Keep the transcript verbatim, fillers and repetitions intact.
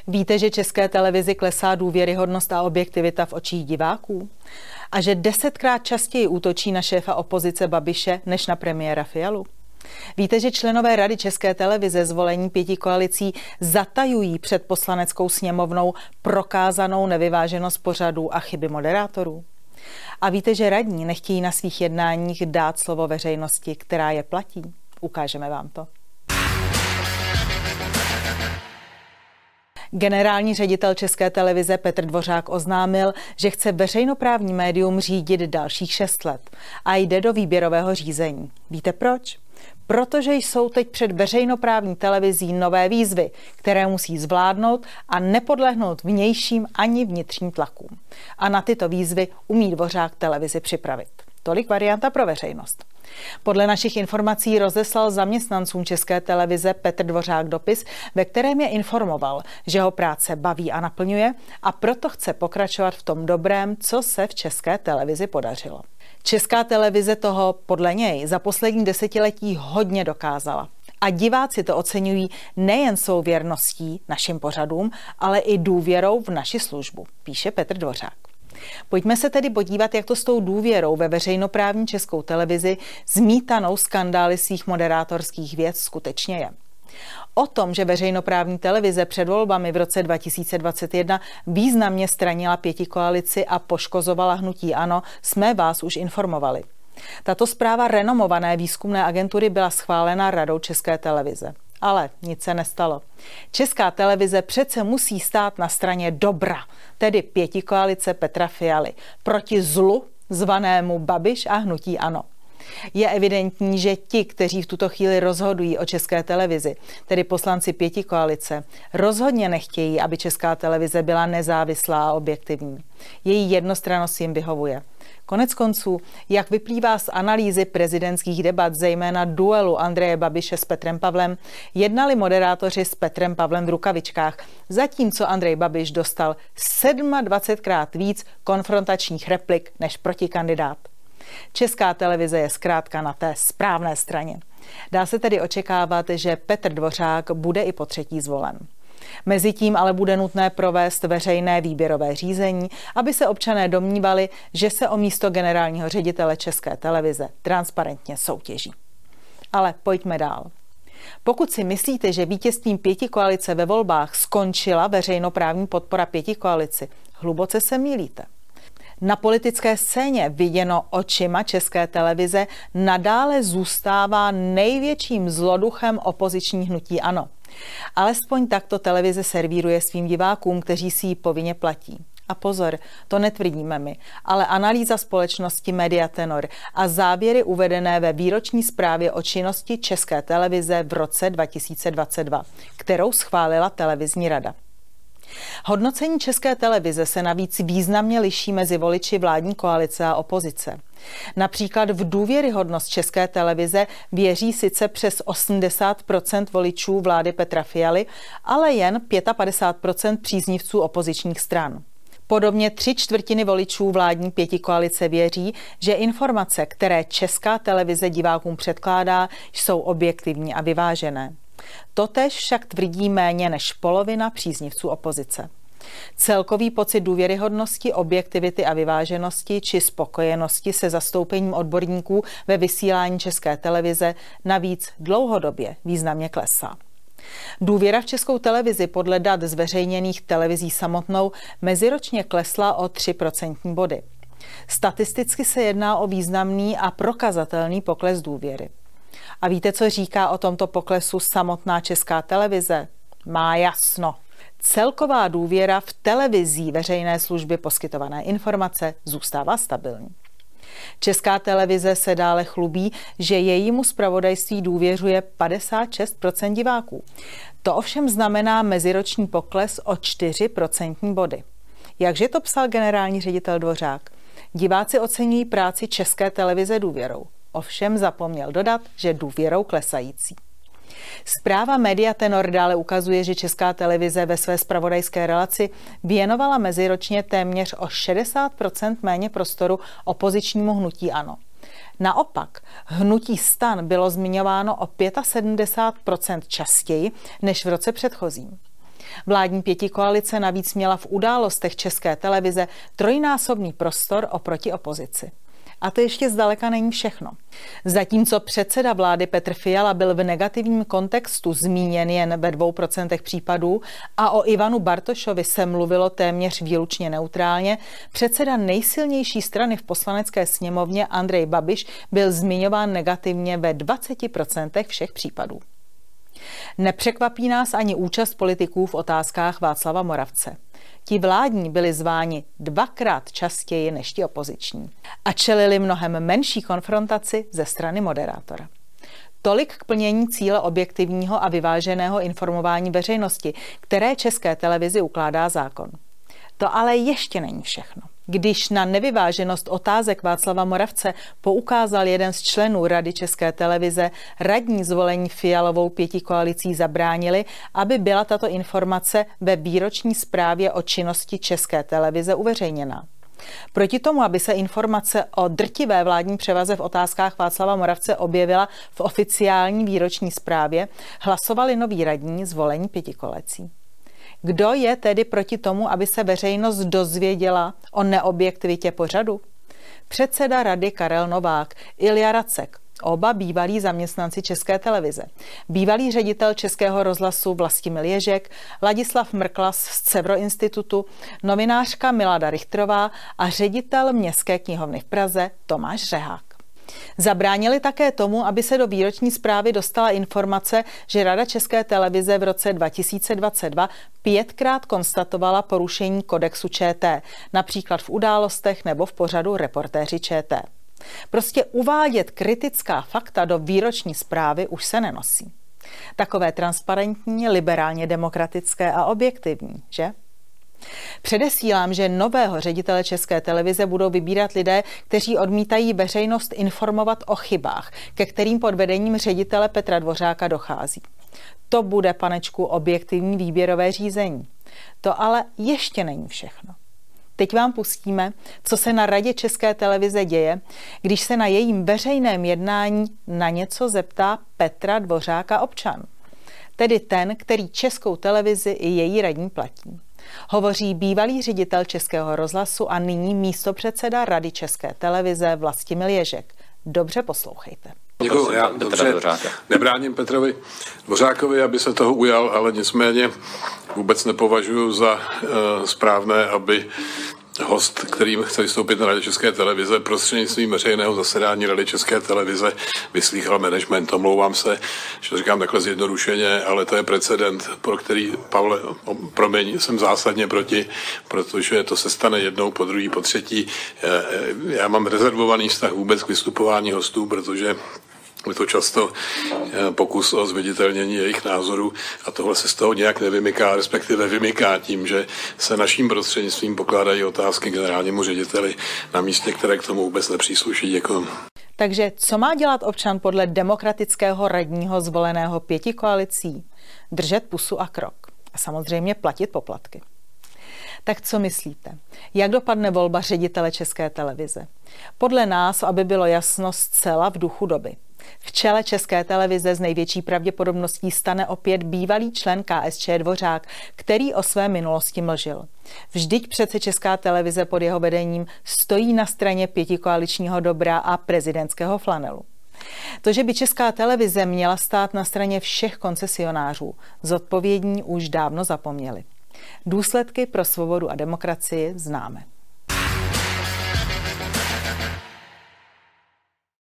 Víte, že České televizi klesá důvěryhodnost a objektivita v očích diváků? A že desetkrát častěji útočí na šéfa opozice Babiše než na premiéra Fialu? Víte, že členové Rady České televize zvolení pětikoalicí zatajují před Poslaneckou sněmovnou prokázanou nevyváženost pořadů a chyby moderátorů? A víte, že radní nechtějí na svých jednáních dát slovo veřejnosti, která je platí? Ukážeme vám to. Generální ředitel České televize Petr Dvořák oznámil, že chce veřejnoprávní médium řídit dalších šest let a jde do výběrového řízení. Víte proč? Protože jsou teď před veřejnoprávní televizí nové výzvy, které musí zvládnout a nepodlehnout vnějším ani vnitřním tlakům. A na tyto výzvy umí Dvořák televizi připravit. Tolik varianta pro veřejnost. Podle našich informací rozeslal zaměstnancům České televize Petr Dvořák dopis, ve kterém je informoval, že ho práce baví a naplňuje a proto chce pokračovat v tom dobrém, co se v České televizi podařilo. Česká televize toho podle něj za poslední desetiletí hodně dokázala. A diváci to oceňují nejen svou věrností našim pořadům, ale i důvěrou v naši službu, píše Petr Dvořák. Pojďme se tedy podívat, jak to s tou důvěrou ve veřejnoprávní Českou televizi zmítanou skandály svých moderátorských věc skutečně je. O tom, že veřejnoprávní televize před volbami v roce dva tisíce dvacet jedna významně stranila pětikoalici a poškozovala hnutí ANO, jsme vás už informovali. Tato zpráva renomované výzkumné agentury byla schválena Radou České televize. Ale nic se nestalo. Česká televize přece musí stát na straně dobra, tedy pětikoalice Petra Fialy, proti zlu zvanému Babiš a hnutí ANO. Je evidentní, že ti, kteří v tuto chvíli rozhodují o České televizi, tedy poslanci pětikoalice, rozhodně nechtějí, aby Česká televize byla nezávislá a objektivní. Její jednostrannost jim vyhovuje. Konec konců, jak vyplývá z analýzy prezidentských debat, zejména duelu Andreje Babiše s Petrem Pavlem, jednali moderátoři s Petrem Pavlem v rukavičkách, zatímco Andrej Babiš dostal dvacetsedmkrát víc konfrontačních replik než protikandidát. Česká televize je zkrátka na té správné straně. Dá se tedy očekávat, že Petr Dvořák bude i po třetí zvolen. Mezitím ale bude nutné provést veřejné výběrové řízení, aby se občané domnívali, že se o místo generálního ředitele České televize transparentně soutěží. Ale pojďme dál. Pokud si myslíte, že vítězstvím pětikoalice ve volbách skončila veřejnoprávní podpora pětikoalici, hluboce se mýlíte. Na politické scéně viděno očima České televize nadále zůstává největším zloduchem opoziční hnutí ANO. Alespoň takto televize servíruje svým divákům, kteří si ji povinně platí. A pozor, to netvrdíme my, ale analýza společnosti Media Tenor a závěry uvedené ve výroční zprávě o činnosti České televize v roce dva tisíce dvacet dva, kterou schválila televizní rada. Hodnocení České televize se navíc významně liší mezi voliči vládní koalice a opozice. Například v důvěryhodnost České televize věří sice přes osmdesát procent voličů vlády Petra Fialy, ale jen padesát pět procent příznivců opozičních stran. Podobně tři čtvrtiny voličů vládní pětikoalice věří, že informace, které Česká televize divákům předkládá, jsou objektivní a vyvážené. Totéž však tvrdí méně než polovina příznivců opozice. Celkový pocit důvěryhodnosti, objektivity a vyváženosti či spokojenosti se zastoupením odborníků ve vysílání České televize navíc dlouhodobě významně klesá. Důvěra v Českou televizi podle dat zveřejněných televizí samotnou meziročně klesla o tři procentní body. Statisticky se jedná o významný a prokazatelný pokles důvěry. A víte, co říká o tomto poklesu samotná Česká televize? Má jasno. Celková důvěra v televizí veřejné služby poskytované informace zůstává stabilní. Česká televize se dále chlubí, že jejímu zpravodajství důvěřuje padesát šest procent diváků. To ovšem znamená meziroční pokles o čtyři procentní body. Jakže to psal generální ředitel Dvořák? Diváci oceňují práci České televize důvěrou. Ovšem zapomněl dodat, že důvěrou klesající. Zpráva Media Tenor dále ukazuje, že Česká televize ve své zpravodajské relaci věnovala meziročně téměř o šedesát procent méně prostoru opozičnímu hnutí ANO. Naopak, hnutí STAN bylo zmiňováno o sedmdesát pět procent častěji než v roce předchozím. Vládní pětikoalice navíc měla v událostech České televize trojnásobný prostor oproti opozici. A to ještě zdaleka není všechno. Zatímco předseda vlády Petr Fiala byl v negativním kontextu zmíněn jen ve dvou procentech případů a o Ivanu Bartošovi se mluvilo téměř výlučně neutrálně, předseda nejsilnější strany v Poslanecké sněmovně Andrej Babiš byl zmiňován negativně ve dvaceti procentech všech případů. Nepřekvapí nás ani účast politiků v otázkách Václava Moravce. Ti vládní byli zváni dvakrát častěji než ti opoziční a čelili mnohem menší konfrontaci ze strany moderátora. Tolik k plnění cíle objektivního a vyváženého informování veřejnosti, které České televizi ukládá zákon. To ale ještě není všechno. Když na nevyváženost otázek Václava Moravce poukázal jeden z členů Rady České televize, radní zvolení Fialovou pětikoalicí zabránili, aby byla tato informace ve výroční zprávě o činnosti České televize uveřejněna. Proti tomu, aby se informace o drtivé vládní převaze v otázkách Václava Moravce objevila v oficiální výroční zprávě, hlasovali noví radní zvolení pětikoalicí. Kdo je tedy proti tomu, aby se veřejnost dozvěděla o neobjektivitě pořadu? Předseda rady Karel Novák, Ilja Racek, oba bývalí zaměstnanci České televize, bývalý ředitel Českého rozhlasu Vlastimil Ježek, Ladislav Mrklas z Cevro institutu, novinářka Milada Richtrová a ředitel Městské knihovny v Praze Tomáš Řehák. Zabránili také tomu, aby se do výroční zprávy dostala informace, že Rada České televize v roce dva tisíce dvacet dva pětkrát konstatovala porušení kodexu ČT, například v událostech nebo v pořadu Reportéři ČT. Prostě uvádět kritická fakta do výroční zprávy už se nenosí. Takové transparentní, liberálně demokratické a objektivní, že? Předesílám, že nového ředitele České televize budou vybírat lidé, kteří odmítají veřejnost informovat o chybách, ke kterým pod vedením ředitele Petra Dvořáka dochází. To bude, panečku, objektivní výběrové řízení. To ale ještě není všechno. Teď vám pustíme, co se na Radě České televize děje, když se na jejím veřejném jednání na něco zeptá Petra Dvořáka občan. Tedy ten, který Českou televizi i její radní platí. Hovoří bývalý ředitel Českého rozhlasu a nyní místopředseda Rady České televize Vlastimil Ježek. Dobře poslouchejte. Děkuji, já dobře nebráním Petrovi Dvořákovi, aby se toho ujal, ale nicméně vůbec nepovažuji za uh, správné, aby host, který chce vystoupit na Radě České televize, prostřednictvím veřejného zasedání Rady České televize vyslýchal management. Omlouvám se, že to říkám takhle zjednodušeně, ale to je precedent, pro který, Pavle, promiň, jsem zásadně proti, protože to se stane jednou, po druhý, po třetí. Já mám rezervovaný vztah vůbec k vystupování hostů, protože je to často pokus o zviditelnění jejich názorů a tohle se z toho nějak nevymyká, respektive vymyká tím, že se naším prostřednictvím pokládají otázky generálnímu řediteli na místě, které k tomu vůbec nepřísluší. Děkuji. Takže co má dělat občan podle demokratického radního zvoleného pětikoalicí? Držet pusu a krok. A samozřejmě platit poplatky. Tak co myslíte? Jak dopadne volba ředitele České televize? Podle nás, aby bylo jasno, zcela v duchu doby. V čele České televize s největší pravděpodobností stane opět bývalý člen K S Č Dvořák, který o své minulosti mlžil. Vždyť přece Česká televize pod jeho vedením stojí na straně pětikoaličního dobra a prezidentského flanelu. To, že by Česká televize měla stát na straně všech koncesionářů, zodpovědní už dávno zapomněli. Důsledky pro svobodu a demokracii známe.